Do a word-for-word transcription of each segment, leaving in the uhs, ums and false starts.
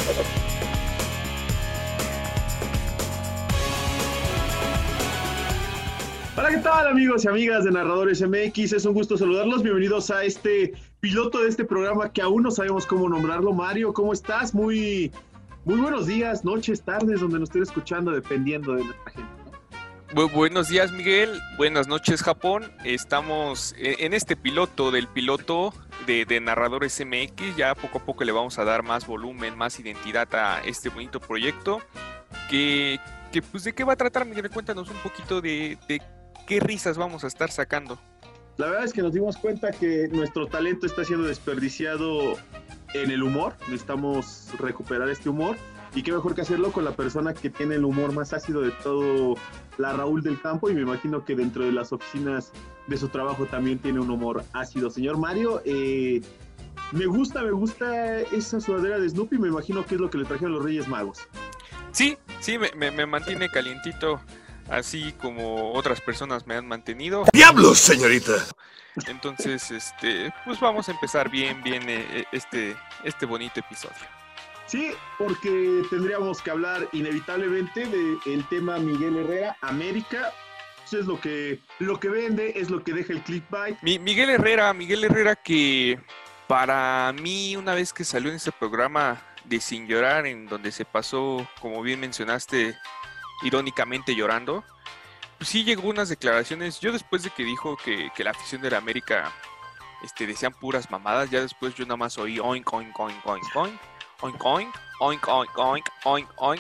Hola, ¿qué tal, amigos y amigas de Narradores M X? Es un gusto saludarlos. Bienvenidos a este piloto de este programa que aún no sabemos cómo nombrarlo. Mario, ¿cómo estás? Muy, muy buenos días, noches, tardes, donde nos estén escuchando, dependiendo de nuestra gente, ¿no? Bu- buenos días, Miguel. Buenas noches, Japón. Estamos en, en este piloto del piloto de, de Narradores M X. Ya poco a poco le vamos a dar más volumen, más identidad a este bonito proyecto. Que, que pues, ¿de qué va a tratar, Miguel? Cuéntanos un poquito de, de qué risas vamos a estar sacando. La verdad es que nos dimos cuenta que nuestro talento está siendo desperdiciado en el humor. Necesitamos recuperar este humor. Y qué mejor que hacerlo con la persona que tiene el humor más ácido de todo la Raúl del Campo. Y me imagino que dentro de las oficinas de su trabajo también tiene un humor ácido. Señor Mario, eh, me gusta, me gusta esa sudadera de Snoopy. Me imagino que es lo que le trajeron los Reyes Magos. Sí, sí, me, me, me mantiene calientito, así como otras personas me han mantenido. ¡Diablos, señorita! Entonces, este, pues vamos a empezar bien, bien eh, este, este bonito episodio. Sí, porque tendríamos que hablar inevitablemente del tema Miguel Herrera, América. Eso es lo que, lo que vende, es lo que deja el clickbait. Mi, Miguel Herrera, Miguel Herrera que para mí una vez que salió en ese programa de Sin Llorar, en donde se pasó, como bien mencionaste, irónicamente llorando, pues sí llegó unas declaraciones. Yo después de que dijo que, que la afición de la América este, decían puras mamadas, ya después yo nada más oí oink, oink, oink, oink, oink. Oink, oink, oink, oink, oink, oink, oink.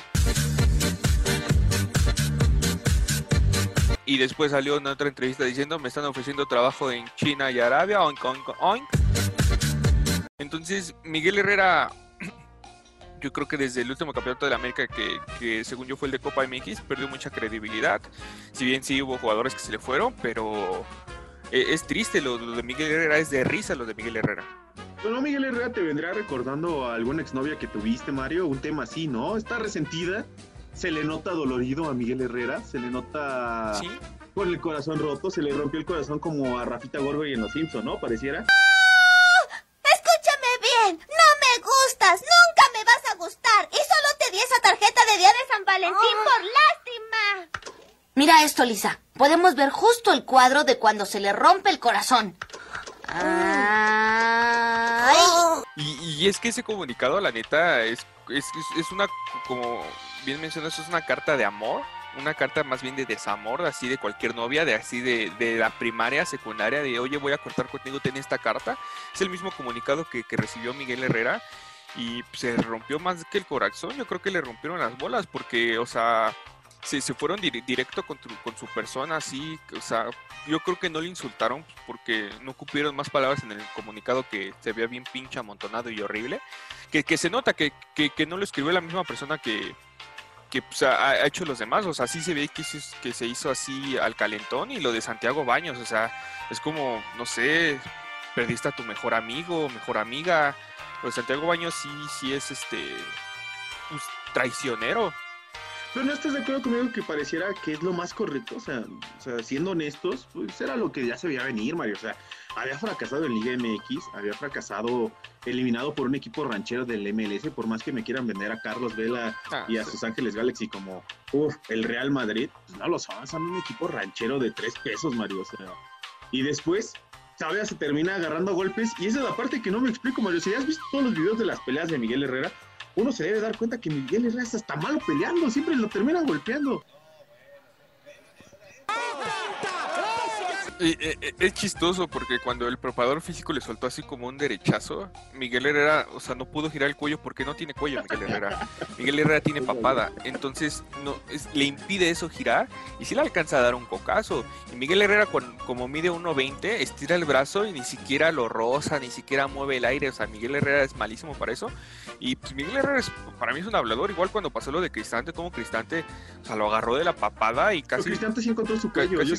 Y después salió en otra entrevista diciendo, me están ofreciendo trabajo en China y Arabia, oink, oink, oink. Entonces, Miguel Herrera, yo creo que desde el último campeonato de la América, que, que según yo fue el de Copa M X, perdió mucha credibilidad. Si bien sí hubo jugadores que se le fueron, pero es triste, lo, lo de Miguel Herrera es de risa, lo de Miguel Herrera. Bueno, Miguel Herrera te vendrá recordando a alguna exnovia que tuviste, Mario, un tema así, ¿no? Está resentida, se le nota dolorido a Miguel Herrera, se le nota ¿Sí? con el corazón roto, se le rompió el corazón como a Rafita Gorgori en Los Simpson, ¿no? Pareciera. Escúchame bien, no me gustas, nunca me vas a gustar y solo te di esa tarjeta de día de San Valentín oh. por lástima. Mira esto, Lisa, podemos ver justo el cuadro de cuando se le rompe el corazón. Ay. Y, y es que ese comunicado, la neta, es, es, es una, como bien mencionas, es una carta de amor, una carta más bien de desamor, así de cualquier novia, de así de, de la primaria, secundaria, de oye, voy a cortar contigo, ten esta carta. Es el mismo comunicado que, que recibió Miguel Herrera y se rompió más que el corazón. Yo creo que le rompieron las bolas porque, o sea, se, se fueron di- directo con, tu, con su persona, así, o sea, yo creo que no le insultaron porque no cupieron más palabras en el comunicado, que se veía bien pinche amontonado y horrible, que, que se nota que, que, que no lo escribió la misma persona que, que pues, ha, ha hecho los demás. O sea, sí se ve que se, que se hizo así al calentón. Y lo de Santiago Baños, o sea, es como, no sé, perdiste a tu mejor amigo, mejor amiga. Lo de Santiago Baños sí, sí es este, pues, traicionero. Pero no estás de acuerdo conmigo que pareciera que es lo más correcto, o sea, o sea, siendo honestos, pues era lo que ya se veía venir, Mario. O sea, había fracasado en Liga M X, había fracasado eliminado por un equipo ranchero del M L S, por más que me quieran vender a Carlos Vela Ah, y a sí. sus Ángeles Galaxy como, uff, el Real Madrid, pues no lo son, son un equipo ranchero de tres pesos, Mario, o sea, y después todavía se termina agarrando golpes, y esa es la parte que no me explico, Mario. Si has visto todos los videos de las peleas de Miguel Herrera, uno se debe dar cuenta que Miguel Herrera es hasta malo peleando, siempre lo terminan golpeando. Eh, eh, es chistoso porque cuando el preparador físico le soltó así como un derechazo, Miguel Herrera, o sea, no pudo girar el cuello porque no tiene cuello Miguel Herrera. Miguel Herrera tiene papada, entonces no es, le impide eso girar y sí le alcanza a dar un cocazo. Y Miguel Herrera, con, como mide uno veinte, estira el brazo y ni siquiera lo roza, ni siquiera mueve el aire. O sea, Miguel Herrera es malísimo para eso. Y pues Miguel Herrera es, para mí es un hablador, igual cuando pasó lo de Cristante, como Cristante, o sea, lo agarró de la papada y Pero casi... Cristante sí encontró su ca- cuello. casi- Yo-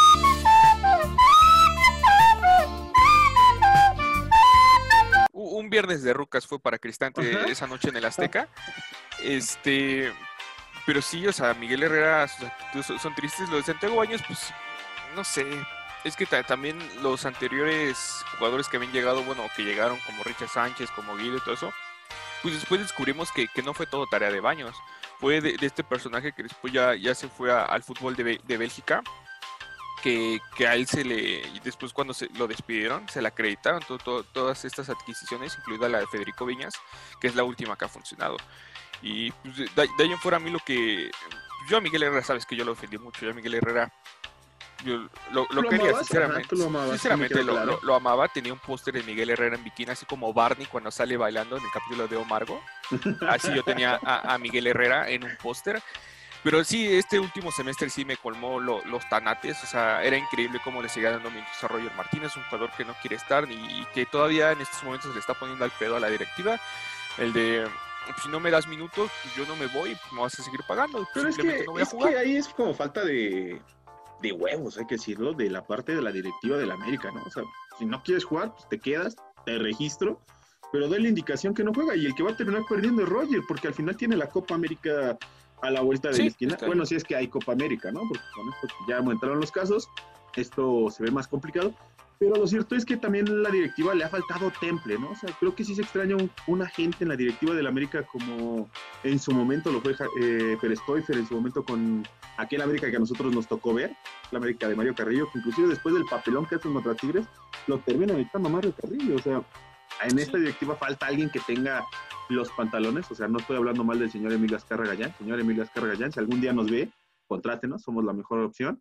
Un viernes de rucas fue para Cristante Ajá. esa noche en el Azteca. Este, pero sí, o sea, Miguel Herrera, sus actitudes son, son tristes. Los de Santiago Baños, pues, no sé. Es que ta- también los anteriores jugadores que habían llegado, bueno, que llegaron como Richard Sánchez, como Guido y todo eso, pues después descubrimos que, que no fue todo tarea de Baños, fue de, de este personaje que después ya, ya se fue a, al fútbol de, de Bélgica, que, que a él se le, y después cuando se lo despidieron, se le acreditaron to, to, todas estas adquisiciones, incluida la de Federico Viñas, que es la última que ha funcionado. Y pues, de, de ahí en fuera a mí lo que... Yo a Miguel Herrera, sabes que yo lo ofendí mucho, yo a Miguel Herrera... Yo lo, lo, ¿Lo quería, amabas? sinceramente. Ajá, tú lo amabas, sinceramente lo, claro. lo, lo amaba. Tenía un póster de Miguel Herrera en bikini, así como Barney cuando sale bailando en el capítulo de Omargo. Así yo tenía a, a Miguel Herrera en un póster. Pero sí, este último semestre sí me colmó lo, los tanates. O sea, era increíble cómo le seguía dando minutos a Roger Martínez, un jugador que no quiere estar y, y que todavía en estos momentos le está poniendo al pedo a la directiva. El de... Si no me das minutos, pues yo no me voy, pues me vas a seguir pagando. Pero es que, no voy a es jugar. que ahí es como falta de... de huevos, hay que decirlo, de la parte de la directiva del América, ¿no? O sea, si no quieres jugar, pues te quedas, te registro, pero doy la indicación que no juega y el que va a terminar perdiendo es Roger, porque al final tiene la Copa América a la vuelta de Sí, la esquina. está Bueno, bien. si es que hay Copa América, ¿no? Porque con esto ya entraron los casos, esto se ve más complicado, pero lo cierto es que también la directiva le ha faltado temple, ¿no? O sea, creo que sí se extraña un, un agente en la directiva del América como en su momento lo fue eh, Pérez Toifer, en su momento con aquel América que a nosotros nos tocó ver, la América de Mario Carrillo, que inclusive después del papelón que hacen contra Tigres, lo terminan echando a Mario Carrillo. O sea, en esta directiva falta alguien que tenga los pantalones. O sea, no estoy hablando mal del señor Emilio Azcárraga Gallán. Señor Emilio Azcárraga Gallán, si algún día nos ve, contrátenos, somos la mejor opción.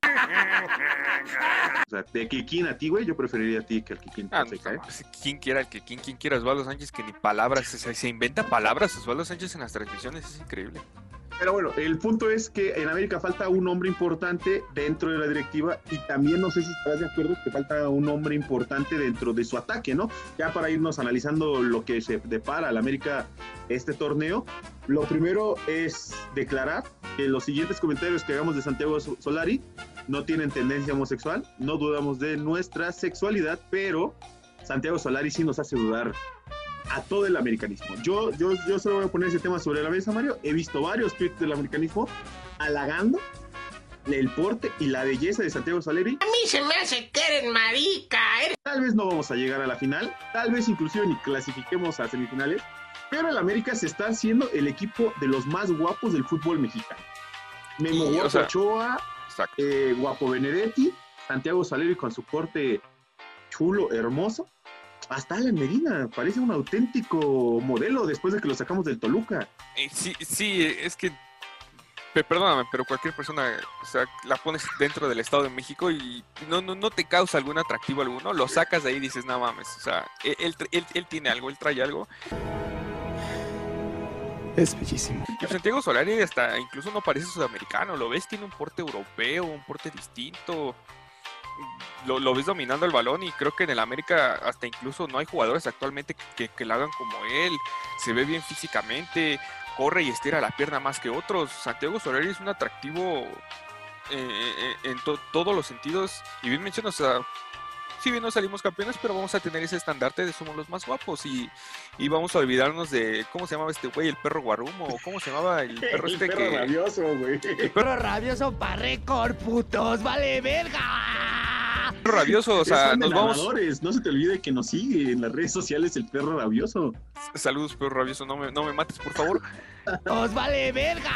O sea, de Kikín a ti, güey, yo preferiría a ti que al Kikín. Ah, Fonseca, ¿eh? pues, ¿quién quiera, que, quién, quién quiera Osvaldo Sánchez que ni palabras, se, se inventa palabras Osvaldo Sánchez en las transmisiones, es increíble. Pero bueno, el punto es que en América falta un hombre importante dentro de la directiva y también no sé si estarás de acuerdo que falta un hombre importante dentro de su ataque, ¿no? Ya para irnos analizando lo que se depara al América este torneo, lo primero es declarar que los siguientes comentarios que hagamos de Santiago Solari no tienen tendencia homosexual, no dudamos de nuestra sexualidad, pero Santiago Solari sí nos hace dudar a todo el americanismo. Yo, yo, yo solo voy a poner ese tema sobre la mesa, Mario. He visto varios tweets del americanismo halagando el porte y la belleza de Santiago Solari. A mí se me hace que eres marica. Eres... Tal vez no vamos a llegar a la final, tal vez inclusive ni clasifiquemos a semifinales, pero el América se está haciendo el equipo de los más guapos del fútbol mexicano. Memo Y, Guapo o sea, Ochoa, Exacto. eh, Guapo Benedetti, Santiago Solari con su corte chulo, hermoso. Hasta Alan Medina, parece un auténtico modelo después de que lo sacamos del Toluca. Eh, sí, sí, es que, pe- perdóname, pero cualquier persona, o sea, la pones dentro del Estado de México y no, no, no te causa algún atractivo alguno, lo sacas de ahí y dices, no mames, o sea, él, él, él, él tiene algo, él trae algo. Es bellísimo. Y Santiago Solari hasta incluso no parece sudamericano, lo ves, tiene un porte europeo, un porte distinto. Lo, lo ves dominando el balón y creo que en el América hasta incluso no hay jugadores actualmente que, que lo hagan como él. Se ve bien físicamente, corre y estira la pierna más que otros. Santiago Solari es un atractivo eh, eh, en to- todos los sentidos. Y bien mencionas, o sea, si bien no salimos campeones, pero vamos a tener ese estandarte de somos los más guapos y, y vamos a olvidarnos de, ¿cómo se llamaba este güey? El perro Guarumo, o ¿cómo se llamaba el perro El este perro que... rabioso, güey. Pero rabioso pa' récord, putos, vale verga. perro rabioso, o sea, Es fan de nos vamos... narradores, no se te olvide que nos sigue en las redes sociales el perro rabioso. Saludos, perro rabioso, no me, no me mates, por favor. Os vale verga.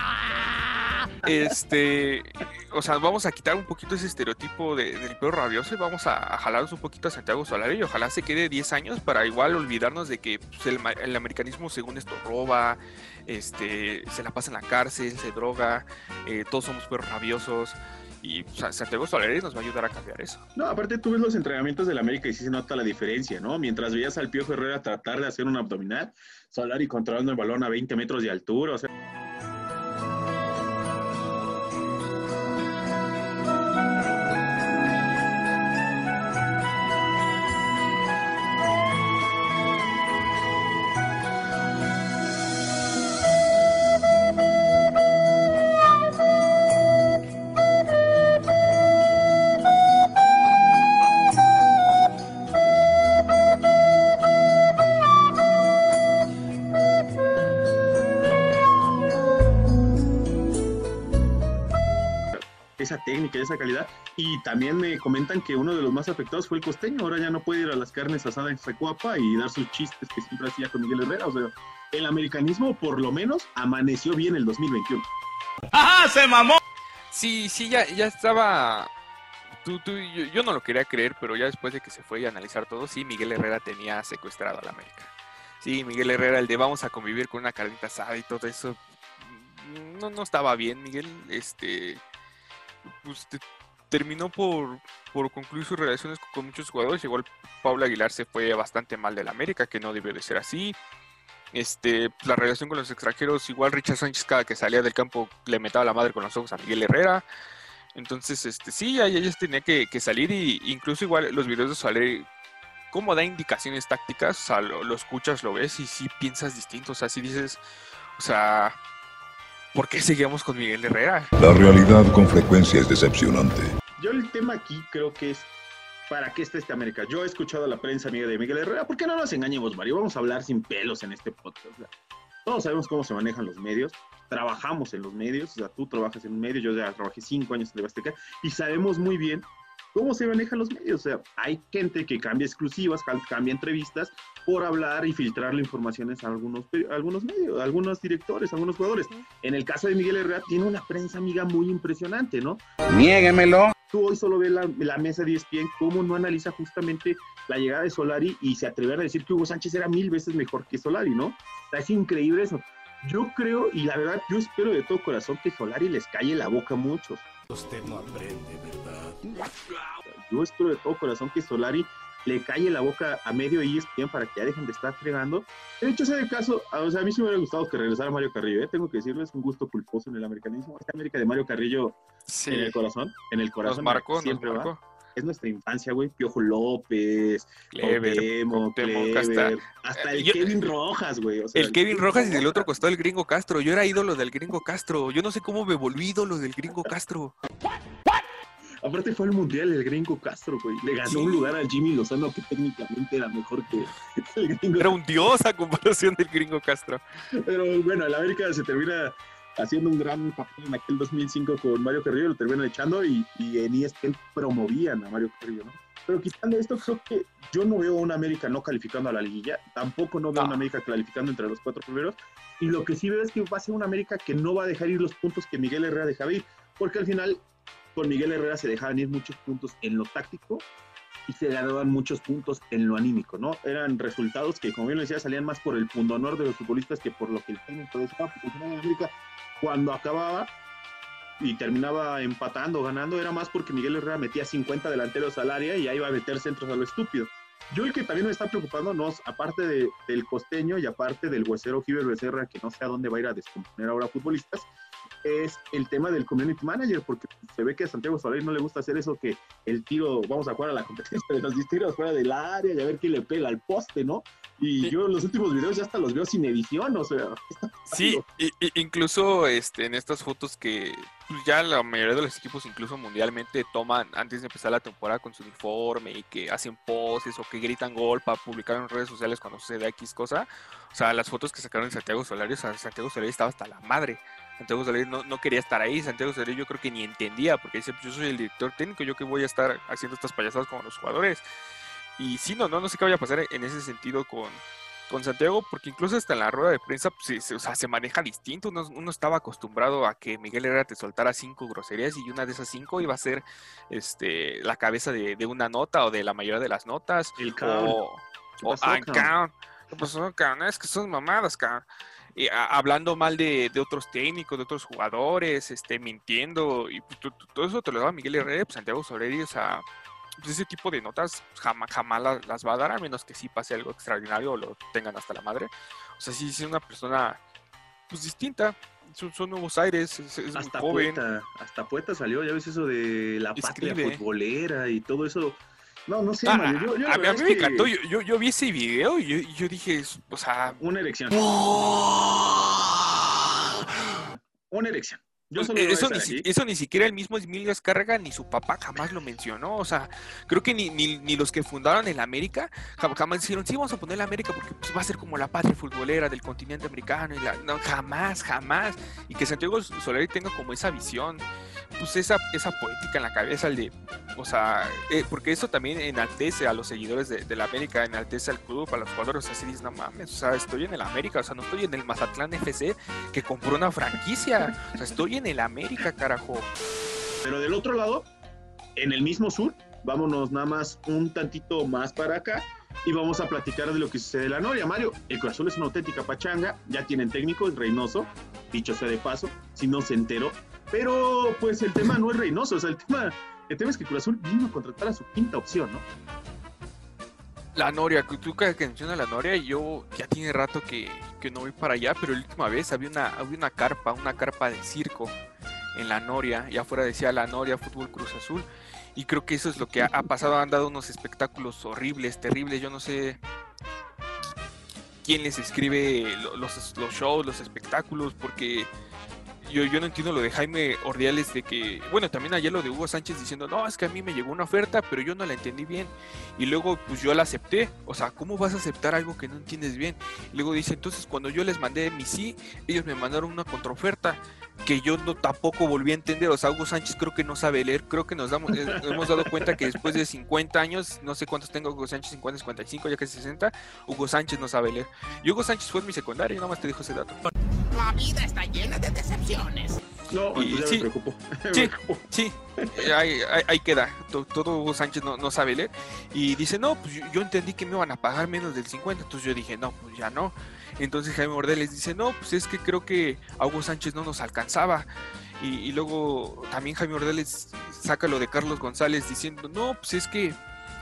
Este, o sea, vamos a quitar un poquito ese estereotipo de, del perro rabioso y vamos a, a jalarnos un poquito a Santiago Solari y ojalá se quede diez años para igual olvidarnos de que pues, el, ma- el americanismo según esto roba, este, se la pasa en la cárcel, se droga, eh, todos somos perros rabiosos y o sea, Santiago Solari nos va a ayudar a cambiar eso. No, aparte tú ves los entrenamientos del América y sí se nota la diferencia, ¿no? Mientras veías al Piojo Herrera tratar de hacer un abdominal, Solari controlando el balón a veinte metros de altura, o sea... esa técnica, esa calidad, y también me comentan que uno de los más afectados fue el costeño, ahora ya no puede ir a las carnes asadas en Zacuapa y dar sus chistes que siempre hacía con Miguel Herrera, o sea, el americanismo por lo menos amaneció bien el dos mil veintiuno. ¡Ajá, se mamó! Sí, sí, ya, ya estaba... Tú, tú, yo, yo no lo quería creer, pero ya después de que se fue a analizar todo, sí, Miguel Herrera tenía secuestrado al América. Sí, Miguel Herrera, el de vamos a convivir con una carnita asada y todo eso, no, no estaba bien, Miguel. Este, pues, te, terminó por, por concluir sus relaciones con, con muchos jugadores. Igual Pablo Aguilar se fue bastante mal del América, que no debió de ser así. Este, la relación con los extranjeros, igual Richard Sánchez cada que salía del campo le metaba la madre con los ojos a Miguel Herrera. Entonces, este, sí, ahí ellos tenía que, que salir, y incluso igual los videos de Solari, cómo da indicaciones tácticas, o sea, lo, lo escuchas, lo ves y sí piensas distinto, o sea, sí dices, o sea, ¿por qué seguimos con Miguel Herrera? La realidad con frecuencia es decepcionante. Yo el tema aquí creo que es, ¿para qué está este América? Yo he escuchado a la prensa amiga de Miguel Herrera, ¿por qué no nos engañemos, Mario? Vamos a hablar sin pelos en este podcast. O sea, todos sabemos cómo se manejan los medios, trabajamos en los medios, o sea, tú trabajas en un medio, yo ya trabajé cinco años en T V Azteca, y sabemos muy bien cómo se manejan los medios. O sea, hay gente que cambia exclusivas, cambia entrevistas por hablar y filtrarle informaciones a algunos, a algunos medios, a algunos directores, a algunos jugadores. En el caso de Miguel Herrera, tiene una prensa amiga muy impresionante, ¿no? Niéguemelo. Tú hoy solo ves la, la mesa de E S P N, cómo no analiza justamente la llegada de Solari y se atreven a decir que Hugo Sánchez era mil veces mejor que Solari, ¿no? O sea, es increíble eso. Yo creo, y la verdad, yo espero de todo corazón que Solari les calle la boca a muchos. Usted no aprende, ¿verdad? Yo espero de todo corazón que Solari le calle la boca a medio E S P N para que ya dejen de estar fregando. De hecho, ese caso, o sea, a mí sí me hubiera gustado que regresara Mario Carrillo, ¿eh? Tengo que decirlo, es un gusto culposo en el americanismo. Esta América de Mario Carrillo, sí, en el corazón, en el corazón. Nos marcó, siempre nos marcó. Va. Es nuestra infancia, güey. Piojo López, Clever, Cuauhtémoc, Clever, hasta, hasta el yo, Kevin Rojas, güey. O sea, el, el Kevin Rojas y del otro costado el Gringo Castro. Yo era ídolo del Gringo Castro. Yo no sé cómo me volví ídolo del Gringo Castro. Aparte fue el mundial el Gringo Castro, güey. Le ganó sí. un lugar al Jimmy Lozano que técnicamente era mejor que el Gringo. Era un dios a comparación del Gringo Castro. Pero bueno, el América se termina haciendo un gran papel en aquel dos mil cinco con Mario Carrillo, lo terminan echando y, y en E S P N promovían a Mario Carrillo, ¿no? Pero quitando esto, creo que yo no veo a una América no calificando a la liguilla, tampoco no veo a no. una América calificando entre los cuatro primeros, y lo que sí veo es que va a ser una América que no va a dejar ir los puntos que Miguel Herrera dejaba ir, porque al final con Miguel Herrera se dejaban ir muchos puntos en lo táctico y se ganaban muchos puntos en lo anímico, ¿no? Eran resultados que, como bien lo decía, salían más por el pundonor de los futbolistas que por lo que el técnico decía, porque al final América, cuando acababa y terminaba empatando, ganando, era más porque Miguel Herrera metía cincuenta delanteros al área y ahí iba a meter centros a lo estúpido. Yo el que también me está preocupando, no, aparte de, del costeño y aparte del huesero Giver Becerra, que no sé a dónde va a ir a descomponer ahora futbolistas, es el tema del community manager, porque se ve que a Santiago Solari no le gusta hacer eso, que el tiro, vamos a jugar a la competencia de los tiros fuera del área y a ver quién le pega al poste, ¿no? Y sí. Yo en los últimos videos ya hasta los veo sin edición, o sea... Sí, y, y incluso este, en estas fotos que ya la mayoría de los equipos, incluso mundialmente, toman antes de empezar la temporada con su uniforme y que hacen poses o que gritan gol para publicar en redes sociales cuando sucede X cosa. O sea, las fotos que sacaron de Santiago Solari, o sea, Santiago Solari estaba hasta la madre. Santiago Solari no, no quería estar ahí. Santiago Solari yo creo que ni entendía, porque dice, pues yo soy el director técnico, yo que voy a estar haciendo estas payasadas con los jugadores. Y sí, no, no, no sé qué vaya a pasar en ese sentido con, con Santiago, porque incluso hasta en la rueda de prensa, pues, se, o sea, se maneja distinto. Uno, uno estaba acostumbrado a que Miguel Herrera te soltara cinco groserías y una de esas cinco iba a ser este, la cabeza de, de una nota o de la mayoría de las notas. El count. O, o ah, count. ¿Qué pasó, cabrón? Es que son mamadas, cabrón. Y, a, hablando mal de, de otros técnicos, de otros jugadores, este, mintiendo, y pues, todo eso te lo daba Miguel Herrera, pues Santiago Solari, o sea, pues ese tipo de notas jamás, jamás las, las va a dar, a menos que sí pase algo extraordinario o lo tengan hasta la madre. O sea, sí es una persona, pues, distinta, son, son nuevos aires, es, es hasta muy joven. Poeta, hasta poeta salió, ya ves eso de la patria futbolera y todo eso. No, no sé, ah, Mario, yo, yo a, a mí me que... encantó, yo, yo, yo vi ese video y yo, yo dije, o sea... Una erección. Una erección. Yo solo eso, ni si, eso ni siquiera el mismo Emilio Azcárraga ni su papá jamás lo mencionó. O sea, creo que ni, ni, ni los que fundaron el América jamás dijeron, sí, vamos a poner la América porque pues, va a ser como la patria futbolera del continente americano. Y la... No, jamás, jamás. Y que Santiago Solari tenga como esa visión, pues esa, esa poética en la cabeza, el de O sea, eh, porque eso también enaltece a los seguidores de, de la América, enaltece al club, a los jugadores, así dices, no mames, o sea, estoy en el América, o sea, no estoy en el Mazatlán F C que compró una franquicia, o sea, estoy en el América, carajo. Pero del otro lado, en el mismo sur, vámonos nada más un tantito más para acá y vamos a platicar de lo que sucede en la Noria. Mario, el Cruz Azul es una auténtica pachanga, ya tienen técnico, es Reynoso, dicho sea de paso, si no se enteró, pero pues el tema no es Reynoso, o sea, el tema... El tema es que Cruz Azul vino a contratar a su quinta opción, ¿no? La Noria, tú que mencionas la Noria, yo ya tiene rato que, que no voy para allá, pero la última vez había una, había una carpa, una carpa de circo en la Noria, y afuera decía la Noria Fútbol Cruz Azul, y creo que eso es lo que ha, ha pasado, han dado unos espectáculos horribles, terribles, yo no sé quién les escribe los, los shows, los espectáculos, porque... Yo, yo no entiendo lo de Jaime Ordiales de que, bueno, también ayer lo de Hugo Sánchez diciendo, no, es que a mí me llegó una oferta, pero yo no la entendí bien, y luego pues yo la acepté, o sea, ¿cómo vas a aceptar algo que no entiendes bien? Y luego dice, entonces cuando yo les mandé mi sí, ellos me mandaron una contraoferta, que yo no tampoco volví a entender, o sea, Hugo Sánchez creo que no sabe leer, creo que nos damos, eh, hemos dado cuenta que después de cincuenta años, no sé cuántos tengo Hugo Sánchez, cincuenta, cincuenta y cinco, ya casi sesenta, Hugo Sánchez no sabe leer, y Hugo Sánchez fue en mi secundaria, y nada más te dijo ese dato. La vida está llena de decepciones. No, y, ya sí, me preocupó. Sí, sí, ahí, ahí, ahí queda, todo, todo Hugo Sánchez no, no sabe leer, y dice, no, pues yo, yo entendí que me iban a pagar menos del cincuenta, entonces yo dije, no, pues ya no. Entonces Jaime Ordiales dice, no, pues es que creo que a Hugo Sánchez no nos alcanzaba. Y, y luego también Jaime Ordiales saca lo de Carlos González diciendo, no, pues es que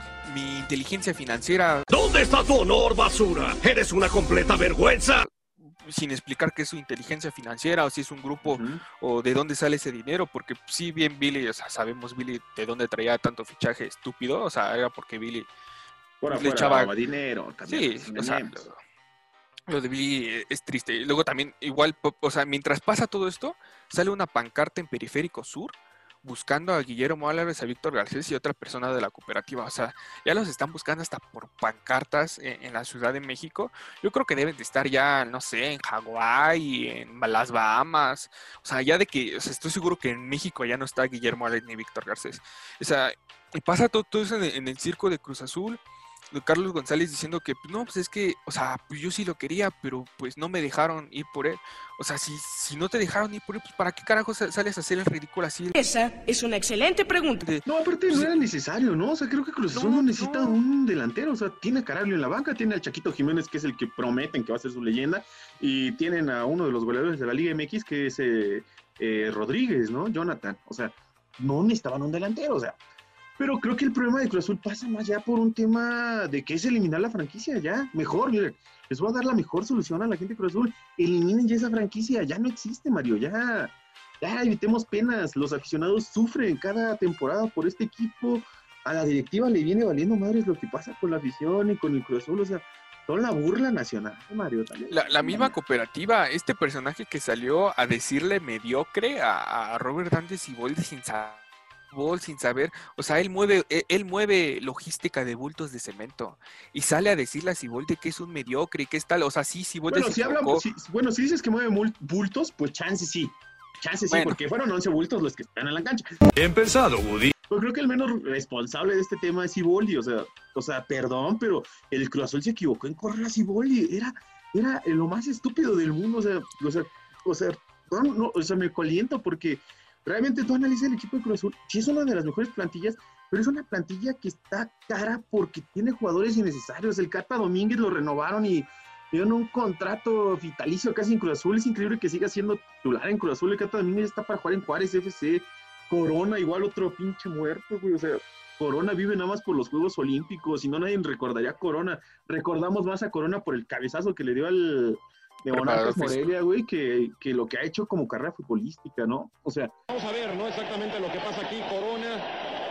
mi inteligencia financiera... ¿Dónde está tu honor, basura? ¡Eres una completa vergüenza! Sin explicar qué es su inteligencia financiera o si es un grupo Uh-huh. o de dónde sale ese dinero, porque sí bien Billy, o sea, sabemos Billy de dónde traía tanto fichaje estúpido, o sea, era porque Billy Por le afuera echaba daba dinero. También, sí, nos o sea, engañemos. lo, lo de Billy es triste. Y luego también, igual, po- o sea, mientras pasa todo esto, sale una pancarta en Periférico Sur buscando a Guillermo Álvarez, a Víctor Garcés y otra persona de la cooperativa. O sea, ya los están buscando hasta por pancartas en, en la Ciudad de México. Yo creo que deben de estar ya, no sé, en Hawái, en las Bahamas. O sea, ya de que, o sea, estoy seguro que en México ya no está Guillermo Álvarez ni Víctor Garcés. O sea, y pasa todo, todo eso en el, en el circo de Cruz Azul. de Carlos González diciendo que no, pues es que, o sea, pues yo sí lo quería, pero pues no me dejaron ir por él. O sea, si, si no te dejaron ir por él, pues ¿para qué carajo sales a hacer el ridículo así? Esa es una excelente pregunta. De- No, aparte no era necesario, ¿no? O sea, creo que Cruz Azul No, no, necesita no. un delantero. O sea, tiene a Caraglio en la banca, tiene al Chaquito Jiménez, que es el que prometen que va a ser su leyenda, y tienen a uno de los goleadores de la Liga M X, que es eh, eh, Rodríguez, ¿no? Jonathan. O sea, no necesitaban un delantero, o sea. Pero creo que el problema de Cruz Azul pasa más ya por un tema de que es eliminar la franquicia, ya. Mejor, miren, les voy a dar la mejor solución a la gente de Cruz Azul. Eliminen ya esa franquicia, ya no existe, Mario, ya. Ya evitemos penas, los aficionados sufren cada temporada por este equipo, a la directiva le viene valiendo madres lo que pasa con la afición y con el Cruz Azul, o sea, son la burla nacional, Mario, también. La, la misma cooperativa, este personaje que salió a decirle mediocre a, a Robert Dante Siboldi sin saber, sin saber, o sea, él mueve, él, él mueve logística de bultos de cemento y sale a decirle a Siboldi que es un mediocre y que es tal, o sea, sí, Siboldi Bueno, se si hablan, equivocó. si, bueno, si dices que mueve mul- bultos, pues chance sí, chance sí, Bueno. porque fueron once bultos los que están en la cancha. Bien pensado, Woody. Pues creo que el menos responsable de este tema es Siboldi, o sea, o sea, perdón, pero el Cruz Azul se equivocó en correr a Siboldi, era, era lo más estúpido del mundo, o sea, o sea, o sea, no, no, o sea, me caliento porque realmente tú analizas el equipo de Cruz Azul, sí es una de las mejores plantillas, pero es una plantilla que está cara porque tiene jugadores innecesarios, el Cata Domínguez lo renovaron y dieron un contrato vitalicio casi en Cruz Azul, es increíble que siga siendo titular en Cruz Azul, el Cata Domínguez está para jugar en Juárez F C, Corona, igual otro pinche muerto, güey, o sea, Corona vive nada más por los Juegos Olímpicos, si no nadie recordaría a Corona, recordamos más a Corona por el cabezazo que le dio al de Preparador Monarcas Morelia, güey, que, que lo que ha hecho como carrera futbolística, ¿no? O sea, Vamos a ver, ¿no? Exactamente lo que pasa aquí, Corona.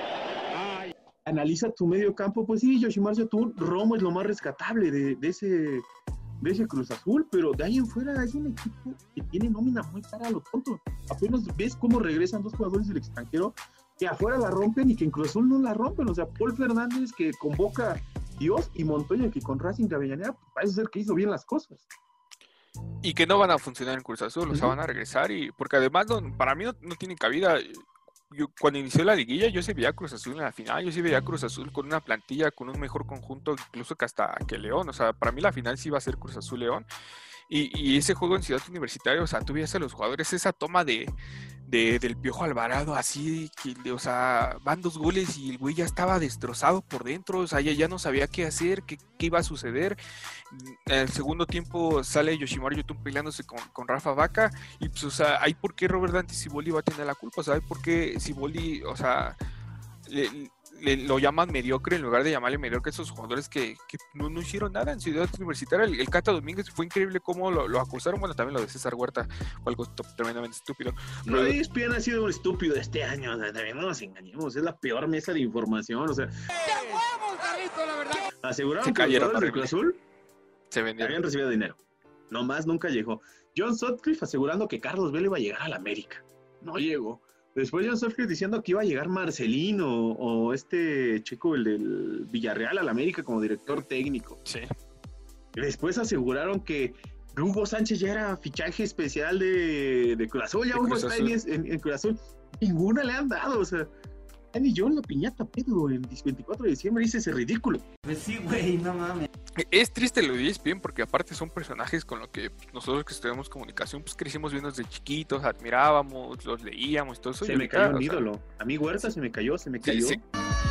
Ay. analiza tu medio campo, pues sí, Yoshimar Yotun, Romo es lo más rescatable de, de ese de ese Cruz Azul, pero de ahí en fuera es un equipo que tiene nómina muy cara a lo tonto. Apenas ves cómo regresan dos jugadores del extranjero que afuera la rompen y que en Cruz Azul no la rompen, o sea, Paul Fernández que convoca Dios y Montoya que con Racing de Avellaneda pues, parece ser que hizo bien las cosas. Y que no van a funcionar en Cruz Azul, o sea, Ujú. van a regresar y porque además no, para mí no, no tienen cabida. yo, cuando inició la liguilla, yo sí veía a Cruz Azul en la final, yo sí veía a Cruz Azul con una plantilla, con un mejor conjunto, incluso que hasta que León. O sea, para mí la final sí iba a ser Cruz Azul-León. Y, y ese juego en Ciudad Universitaria, o sea, tú veías a los jugadores, esa toma de, de del Piojo Alvarado, así, que, o sea, van dos goles y el güey ya estaba destrozado por dentro, o sea, ya, ya no sabía qué hacer, qué, qué iba a suceder. En el segundo tiempo sale Yoshimar Yotun peleándose con, con Rafa Vaca, y pues, o sea, hay por qué Robert Dante Siboldi va a tener la culpa, o sea, hay por qué Siboldi, o sea, le, le, lo llaman mediocre en lugar de llamarle mediocre a esos jugadores que, que no, no hicieron nada en Ciudad Universitaria. El, el Cata Domínguez fue increíble cómo lo, lo acusaron, bueno, también lo de César Huerta fue algo t- tremendamente estúpido. Pero no, E S P N ha sido un estúpido este año, o sea, también no nos engañemos, es la peor mesa de información, o sea. Aseguraron que los jugadores del Cruz Azul se vendieron. Habían recibido dinero, nomás nunca llegó. John Sutcliffe asegurando que Carlos Vela iba a llegar a la América, no llegó. Después John Sutcliffe diciendo que iba a llegar Marcelino o este chico, el del Villarreal, a la América como director técnico. Sí. Después aseguraron que Hugo Sánchez ya era fichaje especial de, de Cruz Azul, ya Hugo está en, en, en Cruz Azul. Ninguna le han dado, o sea. Ni yo en la piñata, Pedro, el veinticuatro de diciembre dice ese ridículo. Pues sí, güey, no mames. Es triste lo de E S P N porque aparte son personajes con los que nosotros que estudiamos comunicación pues crecimos viendo desde chiquitos, admirábamos, los leíamos y todo eso. Se y me ahorita, cayó un o ídolo. Sea, a mí Huerta se me cayó, se me cayó. Sí, sí.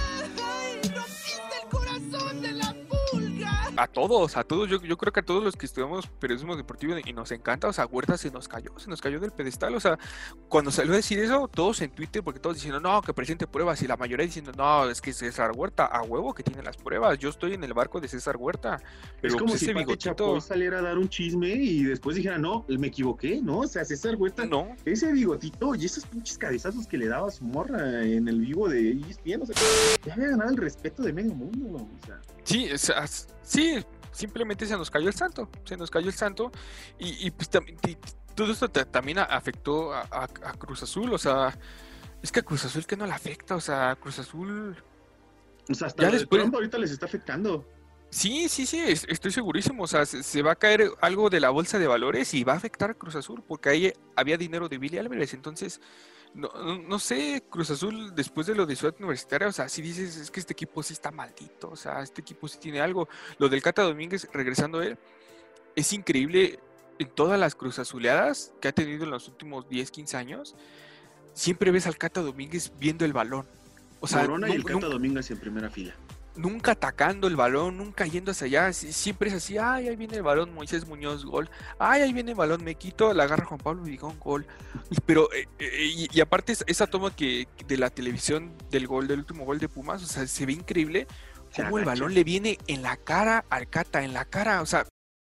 ¡Ay, rompiste el corazón de la pulga! A todos, a todos, yo, yo creo que a todos los que estudiamos periodismo deportivo y nos encanta, o sea, Huerta se nos cayó, se nos cayó del pedestal, o sea, cuando salió a decir eso, todos en Twitter, porque todos diciendo, no, que presente pruebas, y la mayoría diciendo, no, es que César Huerta, a huevo que tiene las pruebas, yo estoy en el barco de César Huerta, pero es como pues si ese Pati bigotito Chapoy saliera a dar un chisme y después dijera, no, me equivoqué, ¿no? O sea, César Huerta, no. Ese bigotito y esos pinches cabezazos que le daba a su morra en el vivo de E S P N, o sea, ya había ganado el respeto de medio mundo, ¿no? O sea. Sí, o sea, sí, simplemente se nos cayó el santo, se nos cayó el santo y, y pues también todo esto t- también afectó a, a, a Cruz Azul, o sea, es que a Cruz Azul que no le afecta, o sea, Cruz Azul... O sea, hasta ya lo después... de Trump ahorita les está afectando. Sí, sí, sí, es, estoy segurísimo, o sea, se, se va a caer algo de la bolsa de valores y va a afectar a Cruz Azul, porque ahí había dinero de Billy Álvarez, entonces... No, no, no sé, Cruz Azul después de lo de Ciudad Universitaria, o sea, si dices, es que este equipo sí está maldito, o sea, este equipo sí tiene algo. Lo del Cata Domínguez, regresando a él, es increíble en todas las Cruz Azuleadas que ha tenido en los últimos diez, quince años, siempre ves al Cata Domínguez viendo el balón. O sea, Corona nunca, y el Cata nunca, Domínguez en primera fila. Nunca atacando el balón, nunca yendo hacia allá, siempre es así, ay, ahí viene el balón, Moisés Muñoz, gol, ay, ahí viene el balón, me quito, la agarra Juan Pablo Vigón, gol, pero, eh, eh, y, y aparte esa toma que de la televisión del gol, del último gol de Pumas, o sea, se ve increíble, cómo el balón le viene en la cara al Cata, en la cara, o sea,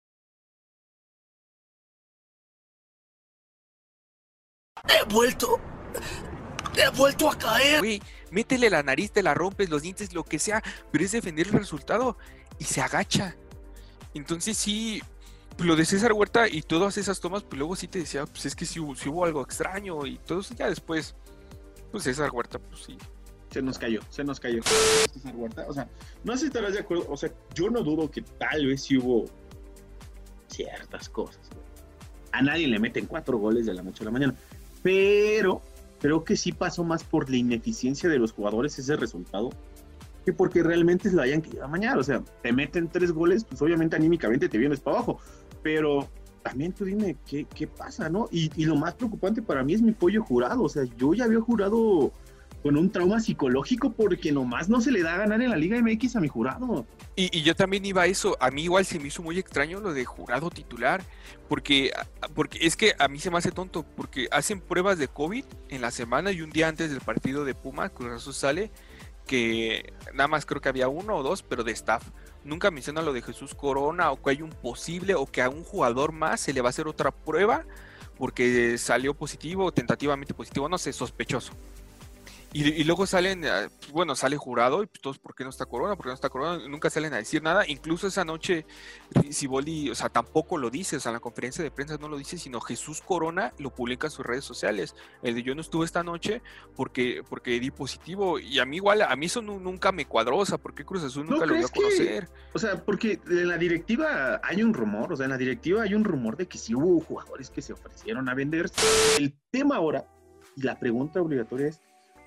he vuelto, he vuelto a caer. Güey, métele la nariz, te la rompes, los dientes, lo que sea, pero es defender el resultado y se agacha. Entonces sí, pues lo de César Huerta y todas esas tomas, pues luego sí te decía, pues es que sí hubo, sí hubo algo extraño y todo eso, ya después, pues César Huerta, pues sí. Se nos cayó, se nos cayó César Huerta, o sea, no sé si estarás de acuerdo, o sea, yo no dudo que tal vez sí hubo ciertas cosas, güey. A nadie le meten cuatro goles de la noche a la mañana, pero creo que sí pasó más por la ineficiencia de los jugadores ese resultado que porque realmente se lo hayan querido amañar. O sea, te meten tres goles, pues obviamente anímicamente te vienes para abajo, pero también tú dime qué, qué pasa, ¿no? Y, y lo más preocupante para mí es mi pollo Jurado. O sea, yo ya había jurado con un trauma psicológico porque nomás no se le da a ganar en la Liga M X a mi Jurado. Y, y yo también iba a eso, a mí igual se me hizo muy extraño lo de Jurado titular, porque, porque es que a mí se me hace tonto, porque hacen pruebas de COVID en la semana y un día antes del partido de Pumas, Cruz Azul sale que nada más creo que había uno o dos, pero de staff. Nunca menciona lo de Jesús Corona o que hay un posible o que a un jugador más se le va a hacer otra prueba porque salió positivo o tentativamente positivo, no sé, sospechoso. Y, y luego salen, bueno, sale Jurado y pues todos, ¿por qué no está Corona? ¿Por qué no está Corona? Nunca salen a decir nada. Incluso esa noche Siboldi, o sea, tampoco lo dice, o sea, en la conferencia de prensa no lo dice, sino Jesús Corona lo publica en sus redes sociales. El de yo no estuve esta noche porque, porque di positivo. Y a mí igual, a mí eso no, nunca me cuadró, o sea, ¿por qué Cruz Azul nunca lo dio a conocer? Que, o sea, porque en la directiva hay un rumor, o sea, en la directiva hay un rumor de que sí hubo jugadores que se ofrecieron a venderse. El tema ahora, y la pregunta obligatoria es,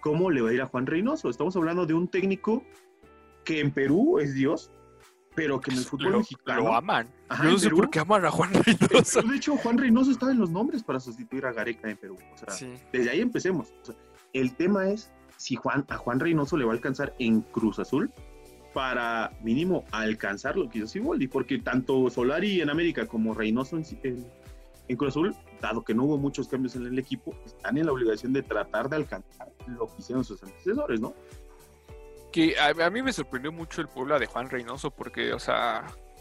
cómo le va a ir a Juan Reynoso. Estamos hablando de un técnico que en Perú es Dios, pero que en el fútbol lo, mexicano... Lo aman. Ajá, Yo no en sé Perú, por qué aman a Juan Reynoso. De hecho, Juan Reynoso estaba en los nombres para sustituir a Gareca en Perú. O sea, Sí. desde ahí empecemos. O sea, el tema es si Juan, a Juan Reynoso le va a alcanzar en Cruz Azul para mínimo alcanzar lo que hizo Siboldi, porque tanto Solari en América como Reynoso en, en, en Cruz Azul, dado que no hubo muchos cambios en el equipo, están en la obligación de tratar de alcanzar lo que hicieron sus antecesores, ¿no? Que a, a mí me sorprendió mucho el Puebla de Juan Reynoso porque, o sea,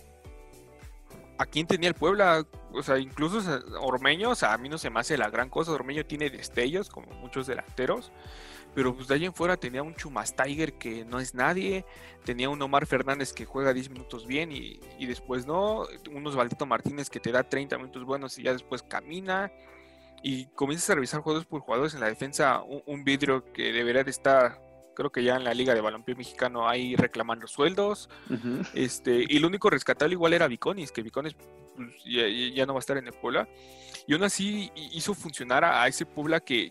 ¿a quién tenía el Puebla? O sea, incluso o sea, Ormeño, o sea, a mí no se me hace la gran cosa. Ormeño tiene destellos, como muchos delanteros, pero pues de ahí en fuera tenía un Chumas Tiger que no es nadie, tenía un Omar Fernández que juega diez minutos bien y, y después no, un Osvaldito Martínez que te da treinta minutos buenos y ya después camina, y comienzas a revisar jugadores por jugadores en la defensa, un, un vidrio que debería de estar, creo que ya en la Liga de Balompié Mexicano, ahí reclamando sueldos. Uh-huh. este Y lo único rescatable igual era Viconis, que Viconis pues, ya, ya no va a estar en el Puebla. Y aún así hizo funcionar a, a ese Puebla que,